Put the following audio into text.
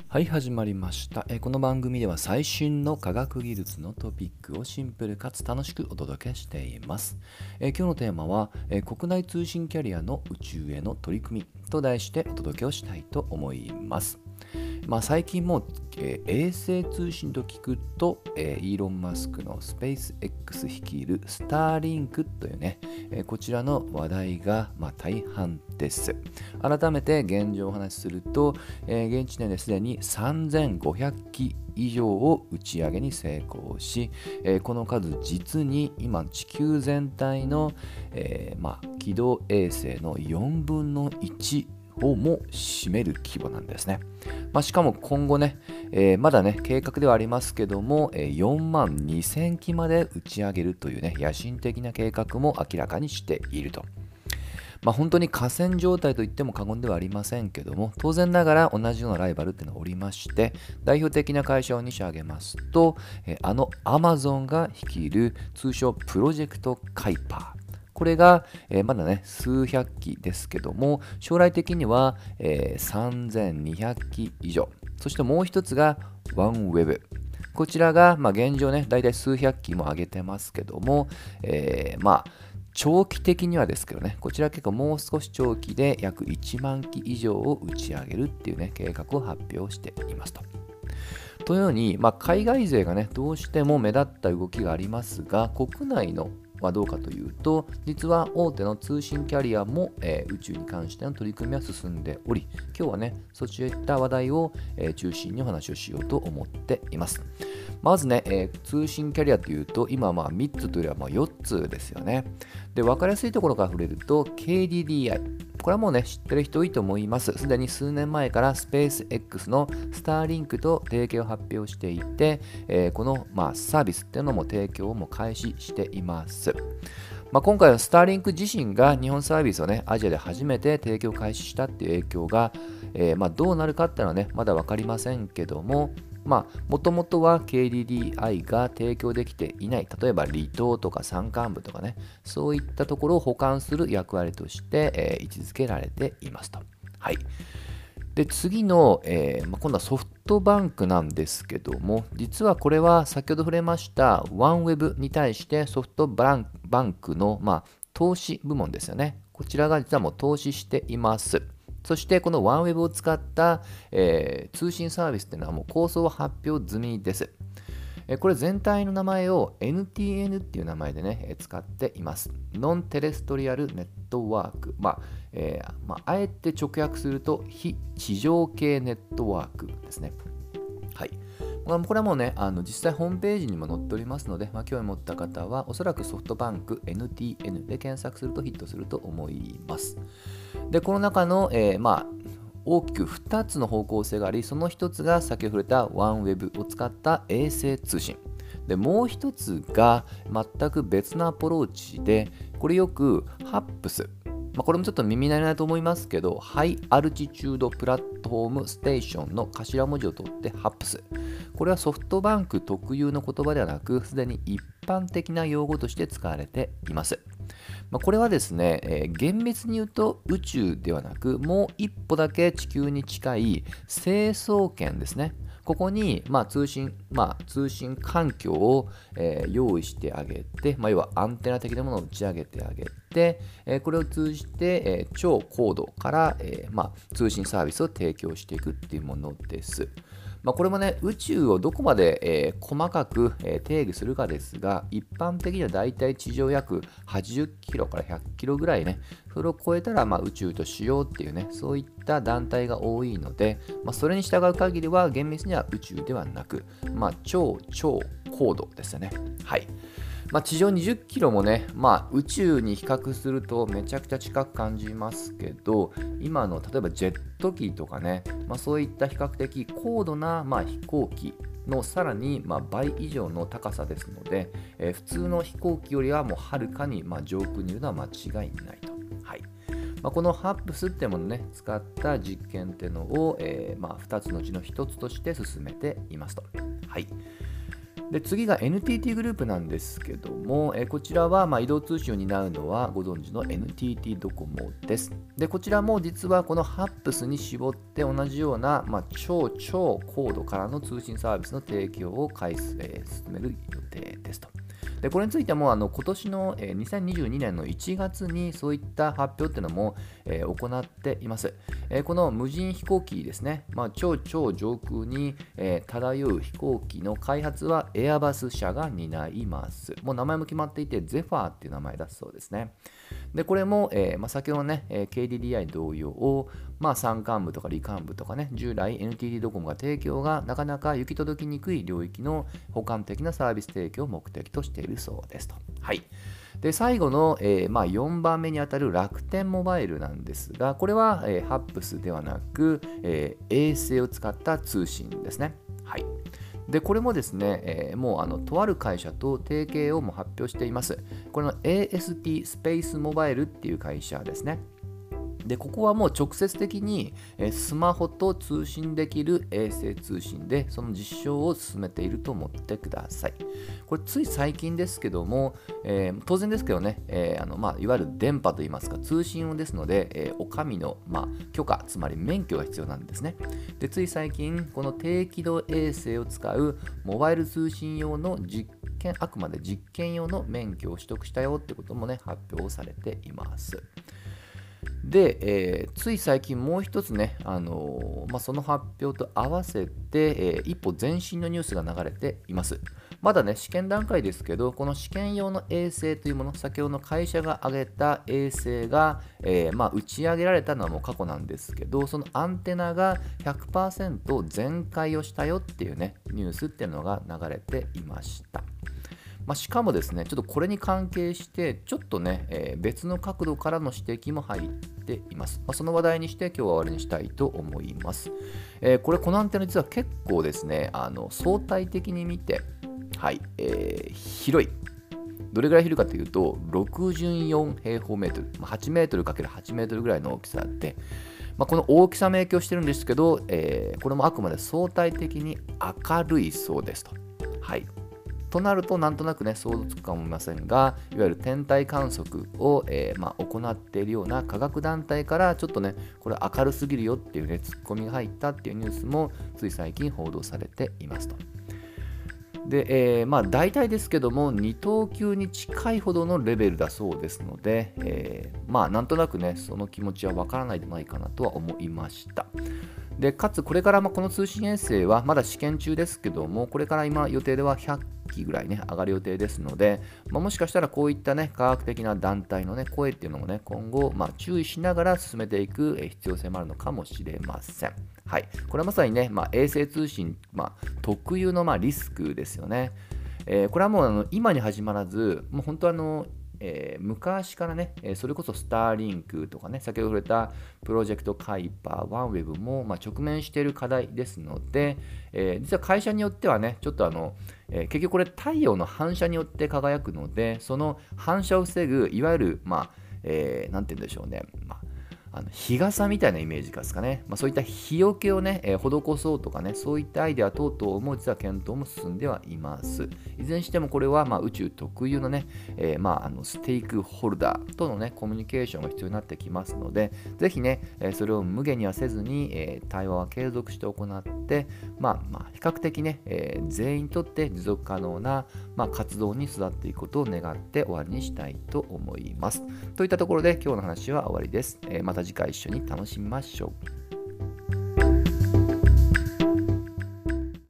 はい、始まりました。この番組では最新の科学技術のトピックをシンプルかつ楽しくお届けしています。今日のテーマは、国内通信キャリアの宇宙への取り組みと題してお届けをしたいと思います。最近も、衛星通信と聞くと、イーロン・マスクのスペース X 率いるスターリンクというね、こちらの話題が、大半です。改めて現状をお話しすると、現地年ですでに3500機以上を打ち上げに成功し、この数実に今地球全体の、軌道衛星の4分の1をも占める規模なんですね。しかも今後ね、まだね計画ではありますけども、4万2000機まで打ち上げるというね野心的な計画も明らかにしていると。本当に寡占状態と言っても過言ではありませんけども、当然ながら同じようなライバルっていうのがおりまして、代表的な会社を2社挙げますと、アマゾンが率いる通称プロジェクトカイパー。これが、まだね数百機ですけども、将来的には、3200機以上。そしてもう一つがワンウェブ。こちらが、現状ね、だいたい数百機も上げてますけども、長期的にはですけどね、こちら結構もう少し長期で約1万機以上を打ち上げるっていうね、計画を発表していますと。というように、海外勢がね、どうしても目立った動きがありますが、国内のはどうかというと、実は大手の通信キャリアも、宇宙に関しての取り組みは進んでおり、今日はね、そういった話題を、中心にお話をしようと思っています。まずね、通信キャリアというと、今は3つというよりは4つですよね。で、分かりやすいところから触れると、KDDI。これはもうね、知ってる人多いと思います。すでに数年前からスペース X のスターリンクと提携を発表していて、この、サービスっていうのも提供も開始しています。今回はスターリンク自身が日本サービスをね、アジアで初めて提供開始したっていう影響が、どうなるかっていうのはね、まだ分かりませんけども、もともとは KDDI が提供できていない、例えば離島とか山間部とかね、そういったところを補完する役割として、位置づけられていますと。はい。で、次の、今度はソフトバンクなんですけども、実はこれは先ほど触れましたワンウェブに対してソフトバンクの、投資部門ですよね。こちらが実はもう投資しています。そしてこのワンウェブを使った、通信サービスというのはもう構想発表済みです。これ全体の名前を NTN っていう名前でね、使っています。ノンテレストリアルネットワーク。あえて直訳すると非地上系ネットワークですね。はい。これはもうね、実際ホームページにも載っておりますので、興味持った方はおそらくソフトバンク NTN で検索するとヒットすると思います。で、この中の、大きく2つの方向性があり、その1つが先ほど触れたワンウェブを使った衛星通信。で、もう1つが全く別のアプローチで、これよくハップス。これもちょっと耳慣れないと思いますけど、ハイアルチチュードプラットフォームステーションの頭文字を取ってハップス。これはソフトバンク特有の言葉ではなく、すでに一般的な用語として使われています。これはですね、厳密に言うと宇宙ではなく、もう一歩だけ地球に近い成層圏ですね。ここに、通信環境を、用意してあげて、要はアンテナ的なものを打ち上げてあげて、これを通じて、超高度から、通信サービスを提供していくっていうものです。これもね、宇宙をどこまで、細かく、定義するかですが、一般的にはだいたい地上約80キロから100キロぐらいね、それを超えたら、宇宙としようっていうね、そういった団体が多いので、それに従う限りは厳密には宇宙ではなく、超高度ですよね。はい。地上20キロもね、宇宙に比較するとめちゃくちゃ近く感じますけど、今の例えばジェット機とかね、そういった比較的高度な、飛行機のさらに、倍以上の高さですので、普通の飛行機よりはもうはるかに、上空にいるのは間違いないと。はい。このハップスってものをね、使った実験っていうのを、2つのうちの1つとして進めていますと。はい。 で次が NTT グループなんですけども、こちらは移動通信を担うのはご存知の NTT ドコモです。でこちらも実はこの HAPS に絞って同じような、超高度からの通信サービスの提供を進める予定ですと。でこれについても今年の2022年の1月にそういった発表っていうのも行っています。この無人飛行機ですね、超上空に漂う飛行機の開発はエアバス社が担います。もう名前も決まっていて、ゼファーっていう名前だそうですね。でこれも、先ほどのね、KDDI 同様、山間部とか離岸部とかね、従来 NTT ドコモが提供がなかなか行き届きにくい領域の補完的なサービス提供を目的としているそうですと。はい。で最後の、4番目にあたる楽天モバイルなんですが、これは、HAPS ではなく、衛星を使った通信ですね。はい。でこれもですね、もうとある会社と提携をも発表しています。これの AST スペースモバイルっていう会社ですね。でここはもう直接的にスマホと通信できる衛星通信でその実証を進めていると思ってください。これつい最近ですけども、当然ですけどね、いわゆる電波といいますか通信をですので、お上の、許可つまり免許が必要なんですね。でつい最近この低軌道衛星を使うモバイル通信用のあくまで実験用の免許を取得したよってこともね発表されています。で、つい最近もう一つね、その発表と合わせて、一歩前進のニュースが流れています。まだね、試験段階ですけど、この試験用の衛星というもの、先ほどの会社が挙げた衛星が、打ち上げられたのはもう過去なんですけど、そのアンテナが 100% 全開をしたよっていうね、ニュースっていうのが流れていました。しかもですね、ちょっとこれに関係して、ちょっとね、別の角度からの指摘も入っています。その話題にして今日は終わりにしたいと思います。このアンテナ実は結構ですね、相対的に見て、はい、広い。どれぐらい広いかというと、64平方メートル、8メートル ×8 メートルぐらいの大きさで、この大きさも影響してるんですけど、これもあくまで相対的に明るいそうですと。はい。となるとなんとなくね想像つくかもしれませんが、いわゆる天体観測を、行っているような科学団体からちょっとねこれ明るすぎるよっていうねツッコミが入ったっていうニュースもつい最近報道されていますと。で、大体ですけども二等級に近いほどのレベルだそうですので、なんとなくねその気持ちはわからないでもないかなとは思いました。でかつこれからこの通信衛星はまだ試験中ですけども、これから今予定では100機ぐらいね上がる予定ですので、もしかしたらこういったね科学的な団体のね声っていうのもね今後注意しながら進めていく必要性もあるのかもしれません。はい、これはまさにね、衛星通信、特有のリスクですよね。これはもう今に始まらず、もう本当昔からね、それこそスターリンクとかね、先ほど触れたプロジェクトカイパー、ワンウェブも直面している課題ですので、実は会社によってはね、ちょっと結局これ太陽の反射によって輝くので、その反射を防ぐ、いわゆる、なんて言うんでしょうね、日傘みたいなイメージですかね、そういった日よけをね、施そうとかね、そういったアイデア等々も実は検討も進んではいます。いずれにしてもこれは宇宙特有のね、ステークホルダーとのねコミュニケーションが必要になってきますので、ぜひね、それを無限にはせずに、対話は継続して行って、比較的ね、全員にとって持続可能な、活動に育っていくことを願って終わりにしたいと思います。といったところで今日の話は終わりです。また次回一緒に楽しみましょう。